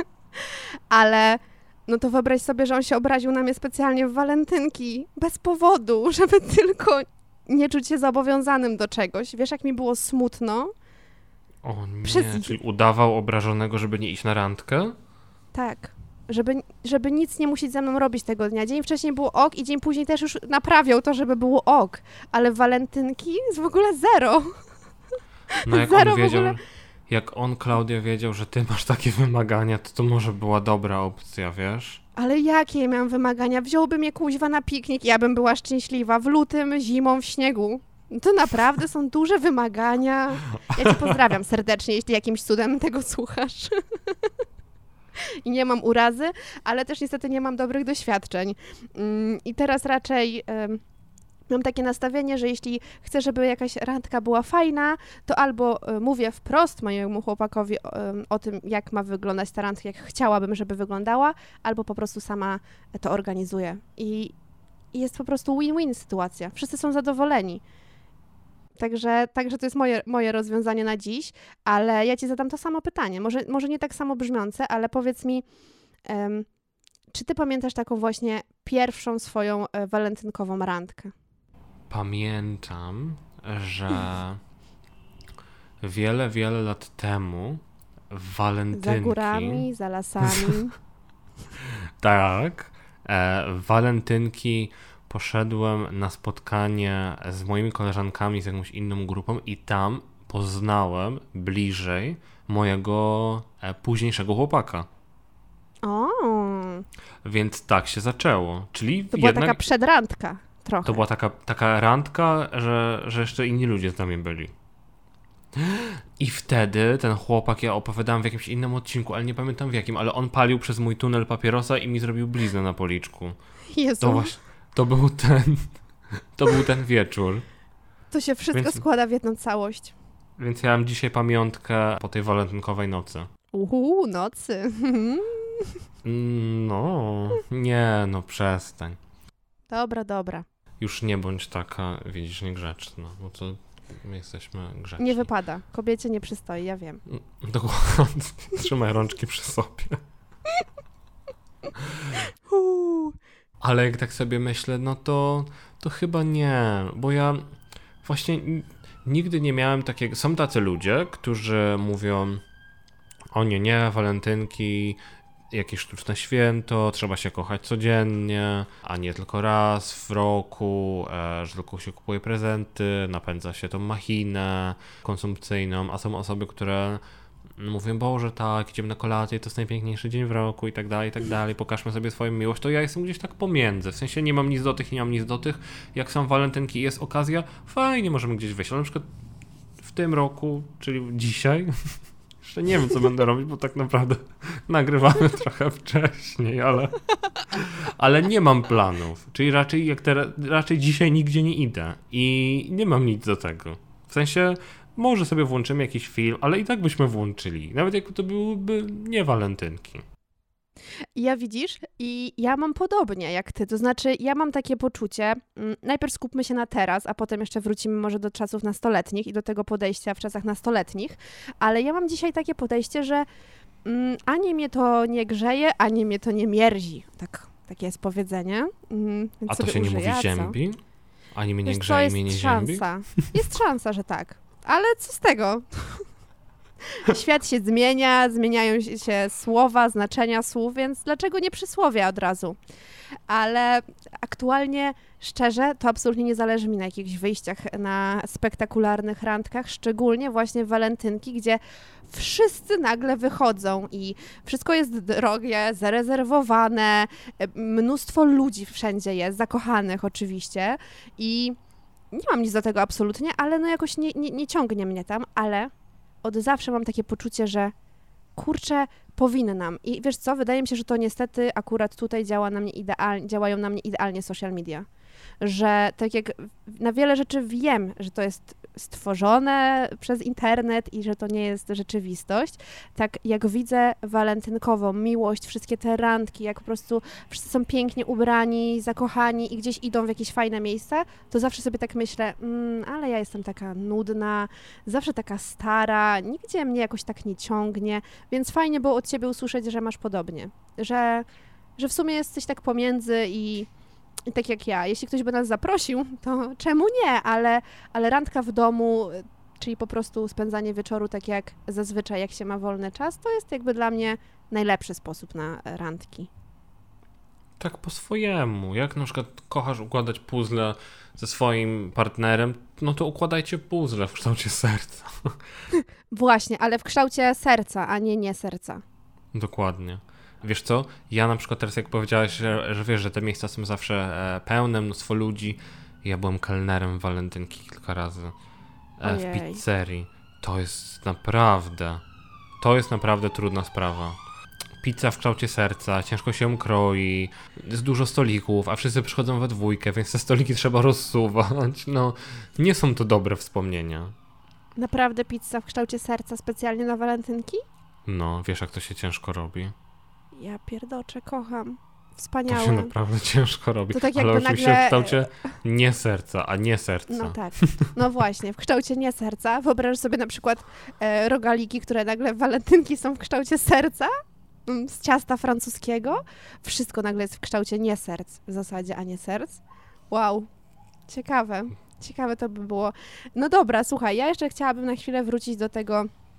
ale no to wyobraź sobie, że on się obraził na mnie specjalnie w walentynki, bez powodu, żeby tylko nie czuć się zobowiązanym do czegoś. Wiesz, jak mi było smutno? O nie, czyli udawał obrażonego, żeby nie iść na randkę? Tak, żeby nic nie musieć ze mną robić tego dnia. Dzień wcześniej było ok i dzień później też już naprawiał to, żeby było ok, ale walentynki jest w ogóle zero. No jak zero on wiedział, jak on, Klaudia, wiedział, że ty masz takie wymagania, to może była dobra opcja, wiesz? Ale jakie miałam wymagania? Wziąłby mnie kuźwa na piknik, ja bym była szczęśliwa w lutym, zimą, w śniegu. To naprawdę są duże wymagania. Ja cię pozdrawiam serdecznie, jeśli jakimś cudem tego słuchasz. I nie mam urazy, ale też niestety nie mam dobrych doświadczeń. I teraz raczej mam takie nastawienie, że jeśli chcę, żeby jakaś randka była fajna, to albo mówię wprost mojemu chłopakowi o tym, jak ma wyglądać ta randka, jak chciałabym, żeby wyglądała, albo po prostu sama to organizuję. I jest po prostu win-win sytuacja. Wszyscy są zadowoleni. Także to jest moje rozwiązanie na dziś, ale ja ci zadam to samo pytanie, może nie tak samo brzmiące, ale powiedz mi, czy ty pamiętasz taką właśnie pierwszą swoją walentynkową randkę? Pamiętam, że wiele, wiele lat temu walentynki... Za górami, za lasami. Tak. W walentynki poszedłem na spotkanie z moimi koleżankami, z jakąś inną grupą i tam poznałem bliżej mojego późniejszego chłopaka. O, Więc tak się zaczęło. Czyli to była jednak taka przedrandka trochę. to była taka randka, że jeszcze inni ludzie z nami byli. I wtedy ten chłopak, ja opowiadałem w jakimś innym odcinku, ale nie pamiętam w jakim, ale on palił przez mój tunel papierosa i mi zrobił bliznę na policzku. Jezu, To właśnie, to był ten wieczór. to się wszystko Więc- składa w jedną całość. Więc ja mam dzisiaj pamiątkę po tej walentynkowej nocy. Nocy. No, nie, no przestań. Dobra. Już nie bądź taka, widzisz, niegrzeczna, bo to my jesteśmy grzeczni. Nie wypada. Kobiecie nie przystoi, ja wiem. Dokładnie. Trzymaj rączki przy sobie. Ale jak tak sobie myślę, no to chyba nie, bo ja właśnie nigdy nie miałem takiego... Są tacy ludzie, którzy mówią, o nie, walentynki, jakieś sztuczne święto, trzeba się kochać codziennie, a nie tylko raz w roku, że tylko się kupuje prezenty, napędza się tą machinę konsumpcyjną, a są osoby, które mówią, Boże, tak, idziemy na kolację, to jest najpiękniejszy dzień w roku i tak dalej, pokażmy sobie swoją miłość, to ja jestem gdzieś tak pomiędzy, w sensie nie mam nic do tych, nie mam nic do tych, jak są walentynki i jest okazja, fajnie, możemy gdzieś wyjść, ale na przykład w tym roku, czyli dzisiaj, jeszcze nie wiem, co będę robić, bo tak naprawdę nagrywamy trochę wcześniej, ale nie mam planów, czyli raczej dzisiaj nigdzie nie idę i nie mam nic do tego, w sensie może sobie włączymy jakiś film, ale i tak byśmy włączyli. Nawet jak to byłyby nie walentynki. Ja widzisz, i ja mam podobnie jak ty, to znaczy ja mam takie poczucie, najpierw skupmy się na teraz, a potem jeszcze wrócimy może do czasów nastoletnich i do tego podejścia w czasach nastoletnich, ale ja mam dzisiaj takie podejście, że ani mnie to nie grzeje, ani mnie to nie mierzi. Takie jest powiedzenie. Więc A to sobie się nie użyję, mówi a co? ziębi? Ani mnie nie Wiesz co, grzeje, mnie nie jest ziębi? szansa. Jest szansa, że tak. Ale co z tego? Świat się zmieniają się słowa, znaczenia słów, więc dlaczego nie przysłowie od razu? Ale aktualnie, szczerze, to absolutnie nie zależy mi na jakichś wyjściach, na spektakularnych randkach, szczególnie właśnie w walentynki, gdzie wszyscy nagle wychodzą i wszystko jest drogie, zarezerwowane, mnóstwo ludzi wszędzie jest, zakochanych oczywiście i nie mam nic do tego absolutnie, ale no jakoś nie ciągnie mnie tam, ale od zawsze mam takie poczucie, że kurczę, powinnam. I wiesz co, wydaje mi się, że to niestety akurat tutaj działają na mnie idealnie social media. Że tak jak na wiele rzeczy wiem, że to jest stworzone przez internet i że to nie jest rzeczywistość, tak jak widzę walentynkową miłość, wszystkie te randki, jak po prostu wszyscy są pięknie ubrani, zakochani i gdzieś idą w jakieś fajne miejsca, to zawsze sobie tak myślę, ale ja jestem taka nudna, zawsze taka stara, nigdzie mnie jakoś tak nie ciągnie, więc fajnie było od ciebie usłyszeć, że masz podobnie, że w sumie jesteś tak pomiędzy i tak jak ja, jeśli ktoś by nas zaprosił, to czemu nie, ale randka w domu, czyli po prostu spędzanie wieczoru tak jak zazwyczaj, jak się ma wolny czas, to jest jakby dla mnie najlepszy sposób na randki. Tak po swojemu. Jak na przykład kochasz układać puzzle ze swoim partnerem, no to układajcie puzzle w kształcie serca. Właśnie, ale w kształcie serca, a nie serca. Dokładnie. Wiesz co, ja na przykład teraz jak powiedziałeś, że wiesz, że te miejsca są zawsze pełne, mnóstwo ludzi. Ja byłem kelnerem w walentynki kilka razy w Ojej. pizzerii. To jest naprawdę trudna sprawa. Pizza w kształcie serca, ciężko się ją kroi, jest dużo stolików, a wszyscy przychodzą we dwójkę, więc te stoliki trzeba rozsuwać. No, nie są to dobre wspomnienia. Naprawdę pizza w kształcie serca specjalnie na walentynki? No, wiesz jak to się ciężko robi. Ja pierdoczę, kocham. To Wspaniałe. się naprawdę ciężko robi. To tak ale jakby oczywiście nagle- w kształcie nie serca, a nie serca. No tak, no właśnie, w kształcie nie serca. Wyobraź sobie na przykład rogaliki, które nagle w walentynki są w kształcie serca, z ciasta francuskiego. Wszystko nagle jest w kształcie nie serc w zasadzie, a nie serc. Wow, ciekawe to by było. No dobra, słuchaj, ja jeszcze chciałabym na chwilę wrócić do tego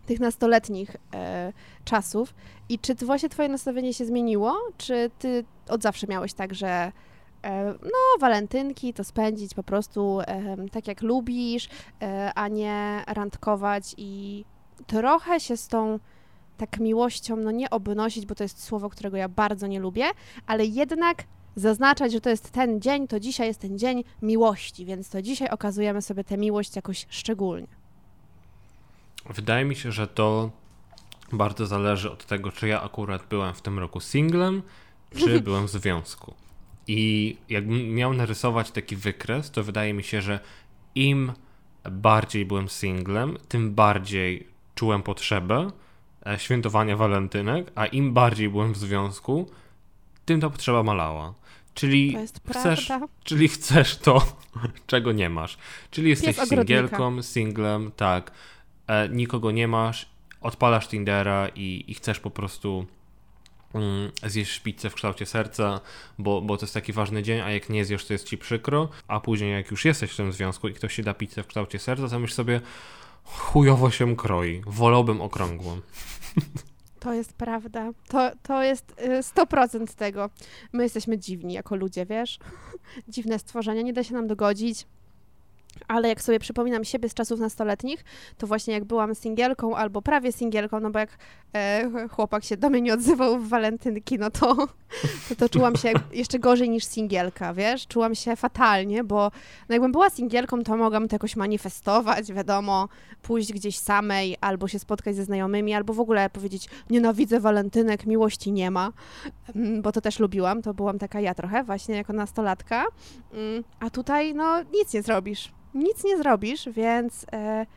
tych nastoletnich czasów. I czy właśnie twoje nastawienie się zmieniło? Czy ty od zawsze miałeś tak, że walentynki to spędzić po prostu tak jak lubisz, a nie randkować i trochę się z tą tak miłością, nie obnosić, bo to jest słowo, którego ja bardzo nie lubię, ale jednak zaznaczać, że to jest ten dzień, to dzisiaj jest ten dzień miłości, więc to dzisiaj okazujemy sobie tę miłość jakoś szczególnie. Wydaje mi się, że to bardzo zależy od tego, czy ja akurat byłem w tym roku singlem, czy byłem w związku. I jakbym miał narysować taki wykres, to wydaje mi się, że im bardziej byłem singlem, tym bardziej czułem potrzebę świętowania walentynek, a im bardziej byłem w związku, tym ta potrzeba malała. Czyli chcesz to, czego nie masz. Czyli jesteś singielką, singlem, tak, nikogo nie masz, odpalasz Tindera i chcesz po prostu zjesz pizzę w kształcie serca, bo to jest taki ważny dzień, a jak nie zjesz, to jest ci przykro, a później jak już jesteś w tym związku i ktoś ci da pizzę w kształcie serca, to myślisz sobie, chujowo się kroi, wolałbym okrągłą. To jest prawda. To jest 100% tego. My jesteśmy dziwni jako ludzie, wiesz? Dziwne stworzenia, nie da się nam dogodzić. Ale jak sobie przypominam siebie z czasów nastoletnich, to właśnie jak byłam singielką albo prawie singielką, no bo jak chłopak się do mnie nie odzywał w walentynki, no to czułam się jeszcze gorzej niż singielka, wiesz? Czułam się fatalnie, bo jakbym była singielką, to mogłam to jakoś manifestować, wiadomo, pójść gdzieś samej, albo się spotkać ze znajomymi, albo w ogóle powiedzieć, nienawidzę walentynek, miłości nie ma, bo to też lubiłam, to byłam taka ja trochę właśnie jako nastolatka, a tutaj nic nie zrobisz. Nic nie zrobisz, więc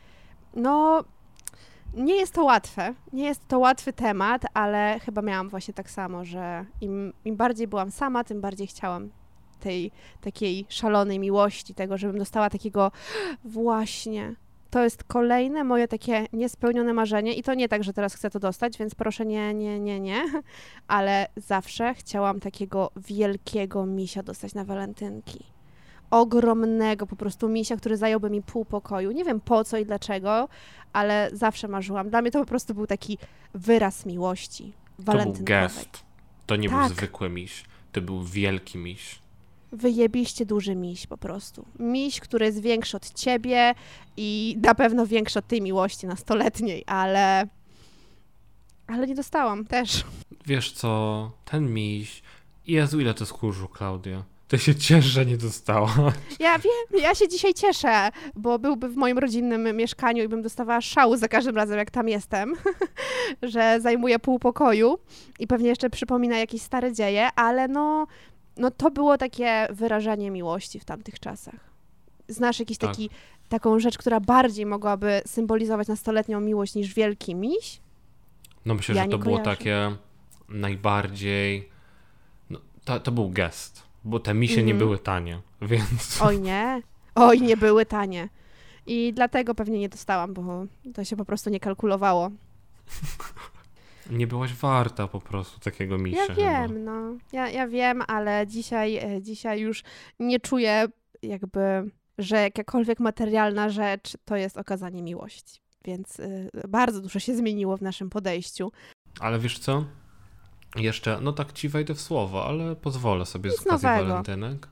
nie jest to łatwe. Nie jest to łatwy temat, ale chyba miałam właśnie tak samo, że im bardziej byłam sama, tym bardziej chciałam tej takiej szalonej miłości, tego, żebym dostała takiego właśnie. To jest kolejne moje takie niespełnione marzenie i to nie tak, że teraz chcę to dostać, więc proszę nie, ale zawsze chciałam takiego wielkiego misia dostać na walentynki. Ogromnego po prostu misia, który zająłby mi pół pokoju. Nie wiem po co i dlaczego, ale zawsze marzyłam. Dla mnie to po prostu był taki wyraz miłości walentynkowej. To był gest. To nie był zwykły miś. To był wielki miś. Wyjebiście duży miś po prostu. Miś, który jest większy od ciebie i na pewno większy od tej miłości nastoletniej, ale nie dostałam też. Wiesz co, ten miś... Jezu, ile to jest kurzu, Klaudia. To się cieszę, że nie dostałaś. Ja wiem, ja się dzisiaj cieszę, bo byłby w moim rodzinnym mieszkaniu i bym dostawała szału za każdym razem, jak tam jestem, że zajmuję pół pokoju i pewnie jeszcze przypomina jakieś stare dzieje, ale to było takie wyrażanie miłości w tamtych czasach. Znasz jakiś taką rzecz, która bardziej mogłaby symbolizować nastoletnią miłość niż wielki miś? No myślę, że to było takie najbardziej... To był gest. Bo te misie nie były tanie, więc... Oj, nie były tanie. I dlatego pewnie nie dostałam, bo to się po prostu nie kalkulowało. Nie byłaś warta po prostu takiego misia. Ja wiem, Ja wiem, ale dzisiaj już nie czuję jakby, że jakakolwiek materialna rzecz to jest okazanie miłości. Więc bardzo dużo się zmieniło w naszym podejściu. Ale wiesz co? Jeszcze, tak ci wejdę w słowo, ale pozwolę sobie z okazji walentynek.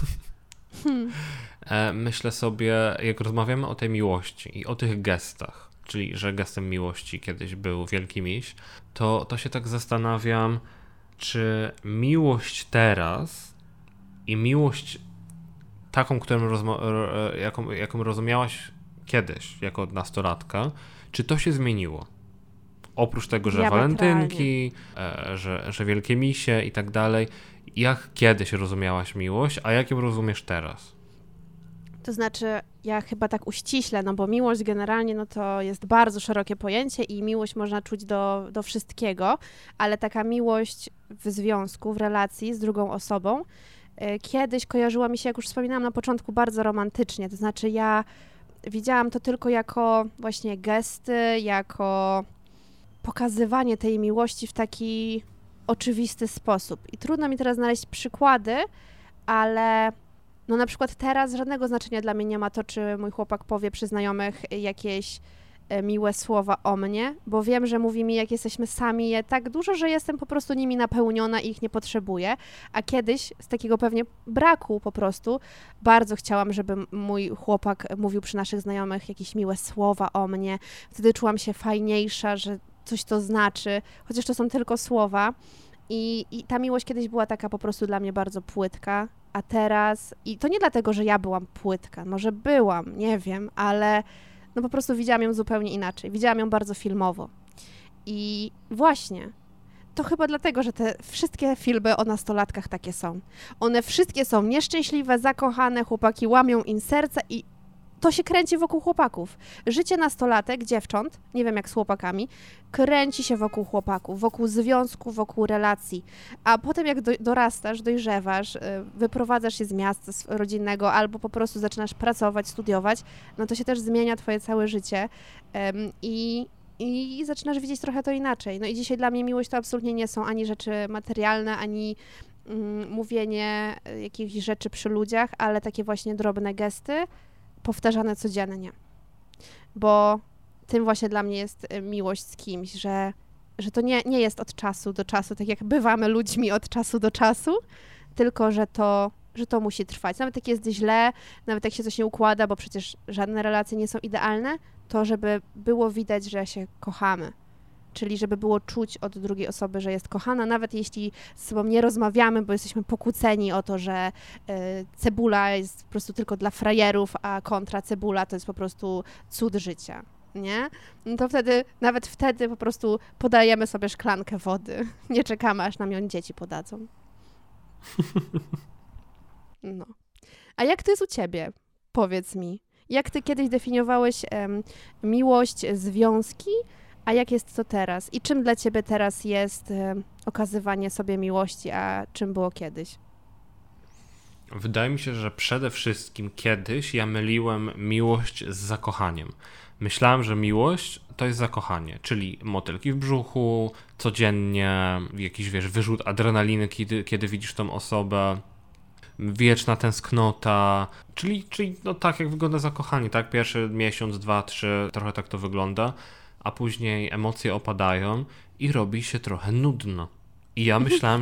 Myślę sobie, jak rozmawiamy o tej miłości i o tych gestach, czyli że gestem miłości kiedyś był wielki miś, to się tak zastanawiam, czy miłość teraz i miłość taką, jaką rozumiałaś kiedyś jako nastolatka, czy to się zmieniło? Oprócz tego, że walentynki, że wielkie misie i tak dalej. Jak kiedyś rozumiałaś miłość, a jak ją rozumiesz teraz? To znaczy, ja chyba tak uściślę, bo miłość generalnie to jest bardzo szerokie pojęcie i miłość można czuć do wszystkiego, ale taka miłość w związku, w relacji z drugą osobą kiedyś kojarzyła mi się, jak już wspominałam na początku, bardzo romantycznie. To znaczy, ja widziałam to tylko jako właśnie gesty, jako pokazywanie tej miłości w taki oczywisty sposób. I trudno mi teraz znaleźć przykłady, ale na przykład teraz żadnego znaczenia dla mnie nie ma to, czy mój chłopak powie przy znajomych jakieś miłe słowa o mnie, bo wiem, że mówi mi, jak jesteśmy sami, je tak dużo, że jestem po prostu nimi napełniona i ich nie potrzebuję, a kiedyś z takiego pewnie braku po prostu bardzo chciałam, żeby mój chłopak mówił przy naszych znajomych jakieś miłe słowa o mnie, wtedy czułam się fajniejsza, że coś to znaczy, chociaż to są tylko słowa i ta miłość kiedyś była taka po prostu dla mnie bardzo płytka, a teraz, i to nie dlatego, że ja byłam płytka, może byłam, nie wiem, ale no po prostu widziałam ją zupełnie inaczej. Widziałam ją bardzo filmowo. I właśnie, to chyba dlatego, że te wszystkie filmy o nastolatkach takie są. One wszystkie są nieszczęśliwe, zakochane, chłopaki łamią im serce i to się kręci wokół chłopaków. Życie nastolatek, dziewcząt, nie wiem jak z chłopakami, kręci się wokół chłopaków, wokół związku, wokół relacji. A potem jak dorastasz, dojrzewasz, wyprowadzasz się z miasta rodzinnego albo po prostu zaczynasz pracować, studiować, no to się też zmienia twoje całe życie i zaczynasz widzieć trochę to inaczej. No i dzisiaj dla mnie miłość to absolutnie nie są ani rzeczy materialne, ani mówienie jakichś rzeczy przy ludziach, ale takie właśnie drobne gesty, powtarzane codziennie, bo tym właśnie dla mnie jest miłość z kimś, że to nie jest od czasu do czasu, tak jak bywamy ludźmi od czasu do czasu, tylko że to musi trwać. Nawet jak jest źle, nawet jak się coś nie układa, bo przecież żadne relacje nie są idealne, to żeby było widać, że się kochamy. Czyli żeby było czuć od drugiej osoby, że jest kochana, nawet jeśli z sobą nie rozmawiamy, bo jesteśmy pokłóceni o to, że cebula jest po prostu tylko dla frajerów, a kontra cebula to jest po prostu cud życia, nie? No to nawet wtedy po prostu podajemy sobie szklankę wody. Nie czekamy, aż nam ją dzieci podadzą. No. A jak to jest u ciebie? Powiedz mi. Jak ty kiedyś definiowałeś miłość, związki, a jak jest to teraz? I czym dla ciebie teraz jest okazywanie sobie miłości, a czym było kiedyś? Wydaje mi się, że przede wszystkim kiedyś ja myliłem miłość z zakochaniem. Myślałem, że miłość to jest zakochanie, czyli motylki w brzuchu, codziennie jakiś, wyrzut adrenaliny, kiedy widzisz tą osobę, wieczna tęsknota, czyli no tak jak wygląda zakochanie, tak? Pierwszy miesiąc, 2, 3, trochę tak to wygląda, a później emocje opadają i robi się trochę nudno. I ja myślałem,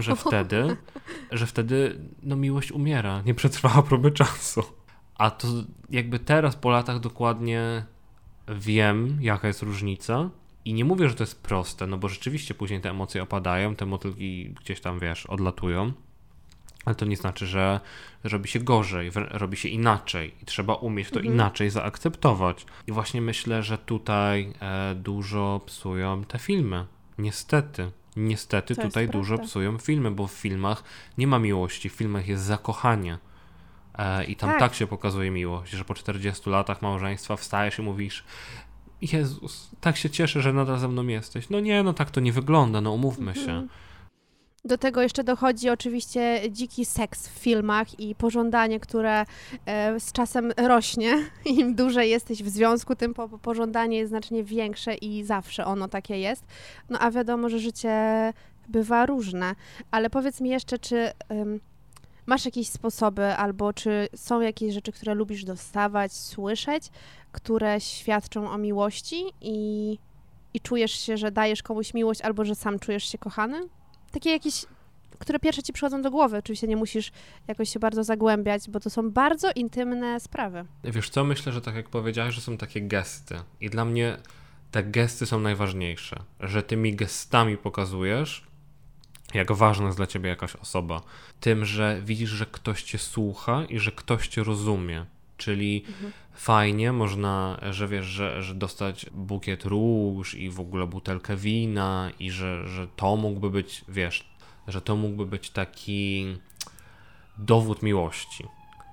że wtedy no miłość umiera, nie przetrwała próby czasu. A to jakby teraz po latach dokładnie wiem, jaka jest różnica i nie mówię, że to jest proste, no bo rzeczywiście później te emocje opadają, te motylki gdzieś tam, odlatują, ale to nie znaczy, że robi się gorzej, robi się inaczej i trzeba umieć to inaczej zaakceptować. I właśnie myślę, że tutaj dużo psują te filmy. Niestety tutaj dużo psują filmy, bo w filmach nie ma miłości, w filmach jest zakochanie. I tam tak się pokazuje miłość, że po 40 latach małżeństwa wstajesz i mówisz: Jezus, tak się cieszę, że nadal ze mną jesteś. No nie, no tak to nie wygląda, no umówmy się. Do tego jeszcze dochodzi oczywiście dziki seks w filmach i pożądanie, które z czasem rośnie. Im dłużej jesteś w związku, tym pożądanie jest znacznie większe i zawsze ono takie jest. No a wiadomo, że życie bywa różne. Ale powiedz mi jeszcze, czy masz jakieś sposoby albo czy są jakieś rzeczy, które lubisz dostawać, słyszeć, które świadczą o miłości i czujesz się, że dajesz komuś miłość albo że sam czujesz się kochany? Takie jakieś, które pierwsze ci przychodzą do głowy. Oczywiście nie musisz jakoś się bardzo zagłębiać, bo to są bardzo intymne sprawy. Wiesz co, myślę, że tak jak powiedziałeś, że są takie gesty. I dla mnie te gesty są najważniejsze. Że tymi gestami pokazujesz, jak ważna jest dla ciebie jakaś osoba. Tym, że widzisz, że ktoś cię słucha i że ktoś cię rozumie. Czyli fajnie można, że wiesz, że dostać bukiet róż i w ogóle butelkę wina i że to mógłby być, że to mógłby być taki dowód miłości.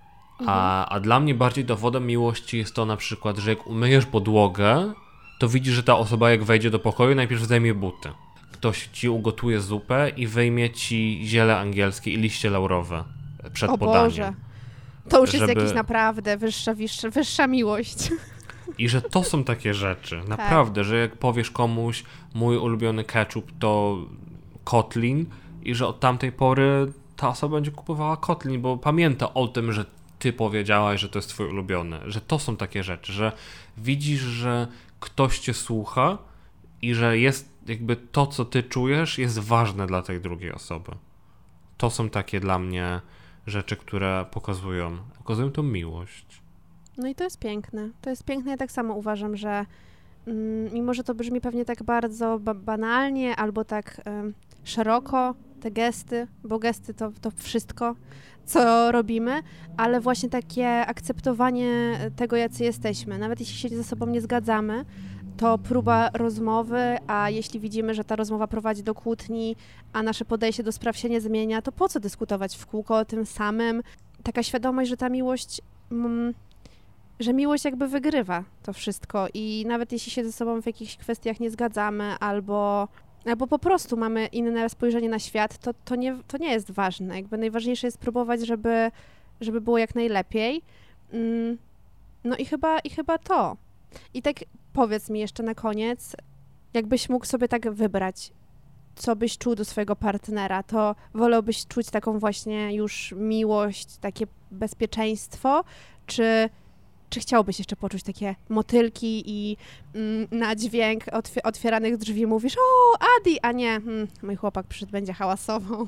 A dla mnie bardziej dowodem miłości jest to na przykład, że jak umyjesz podłogę, to widzisz, że ta osoba jak wejdzie do pokoju, najpierw zdejmie buty. Ktoś ci ugotuje zupę i wyjmie ci ziele angielskie i liście laurowe przed podaniem. Boże. To już jest jakiś naprawdę wyższa miłość. I że to są takie rzeczy, naprawdę, że jak powiesz komuś, mój ulubiony ketchup to Kotlin i że od tamtej pory ta osoba będzie kupowała Kotlin, bo pamięta o tym, że ty powiedziałaś, że to jest twój ulubiony, że to są takie rzeczy, że widzisz, że ktoś cię słucha i że jest jakby to, co ty czujesz, jest ważne dla tej drugiej osoby. To są takie dla mnie rzeczy, które pokazują tą miłość. No i to jest piękne. To jest piękne. Ja tak samo uważam, że mimo, że to brzmi pewnie tak bardzo banalnie albo tak szeroko, te gesty, bo gesty to wszystko, co robimy, ale właśnie takie akceptowanie tego, jacy jesteśmy. Nawet jeśli się ze sobą nie zgadzamy, to próba rozmowy, a jeśli widzimy, że ta rozmowa prowadzi do kłótni, a nasze podejście do spraw się nie zmienia, to po co dyskutować w kółko o tym samym? Taka świadomość, że ta miłość, że miłość jakby wygrywa to wszystko i nawet jeśli się ze sobą w jakichś kwestiach nie zgadzamy albo po prostu mamy inne spojrzenie na świat, to nie jest ważne. Jakby najważniejsze jest próbować, żeby było jak najlepiej. No i chyba to. I tak powiedz mi jeszcze na koniec, jakbyś mógł sobie tak wybrać, co byś czuł do swojego partnera, to wolałbyś czuć taką właśnie już miłość, takie bezpieczeństwo, czy chciałbyś jeszcze poczuć takie motylki i na dźwięk otwieranych drzwi mówisz, o, Adi, a nie, mój chłopak przyszedł, będzie hałasował.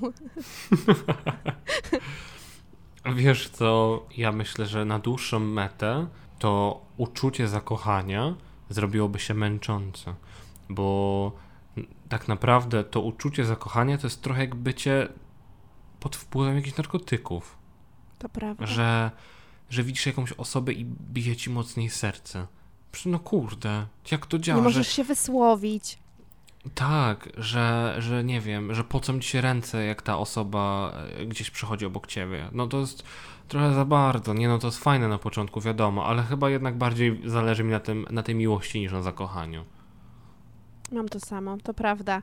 Wiesz co, ja myślę, że na dłuższą metę to uczucie zakochania zrobiłoby się męczące, bo tak naprawdę to uczucie zakochania to jest trochę jak bycie pod wpływem jakichś narkotyków. To prawda. Że widzisz jakąś osobę i bije ci mocniej serce. No kurde, jak to działa? Nie możesz się wysłowić. Tak, że nie wiem, że pocą ci się ręce, jak ta osoba gdzieś przechodzi obok ciebie. No to jest trochę za bardzo, nie no to jest fajne na początku, wiadomo, ale chyba jednak bardziej zależy mi na tej miłości niż na zakochaniu. Mam to samo, to prawda.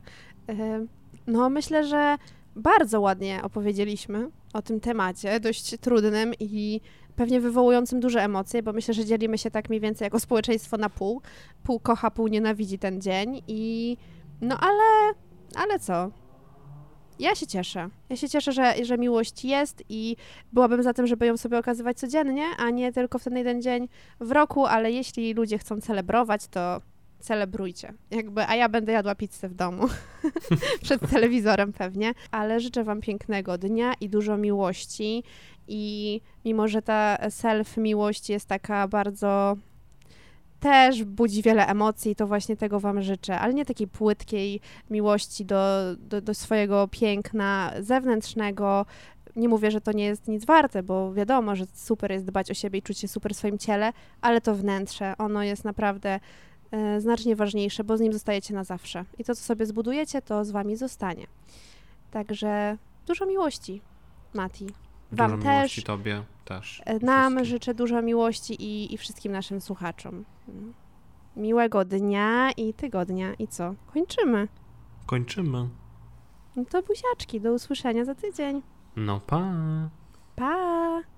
No myślę, że bardzo ładnie opowiedzieliśmy o tym temacie, dość trudnym i pewnie wywołującym duże emocje, bo myślę, że dzielimy się tak mniej więcej jako społeczeństwo na pół. Pół kocha, pół nienawidzi ten dzień i no ale co? Ja się cieszę. Ja się cieszę, że miłość jest i byłabym za tym, żeby ją sobie okazywać codziennie, a nie tylko w ten jeden dzień w roku, ale jeśli ludzie chcą celebrować, to celebrujcie. A ja będę jadła pizzę w domu. Przed telewizorem pewnie. Ale życzę wam pięknego dnia i dużo miłości. I mimo, że ta self-miłość jest taka bardzo... też budzi wiele emocji, to właśnie tego wam życzę. Ale nie takiej płytkiej miłości do swojego piękna zewnętrznego. Nie mówię, że to nie jest nic warte, bo wiadomo, że super jest dbać o siebie i czuć się super w swoim ciele, ale to wnętrze, ono jest naprawdę znacznie ważniejsze, bo z nim zostajecie na zawsze. I to, co sobie zbudujecie, to z wami zostanie. Także dużo miłości, Mati. Wam dużo też. Miłości tobie też. Nam wszystkim. życzę dużo miłości i wszystkim naszym słuchaczom. Miłego dnia i tygodnia. I co? Kończymy. Kończymy. No to buziaczki. Do usłyszenia za tydzień. No pa. Pa!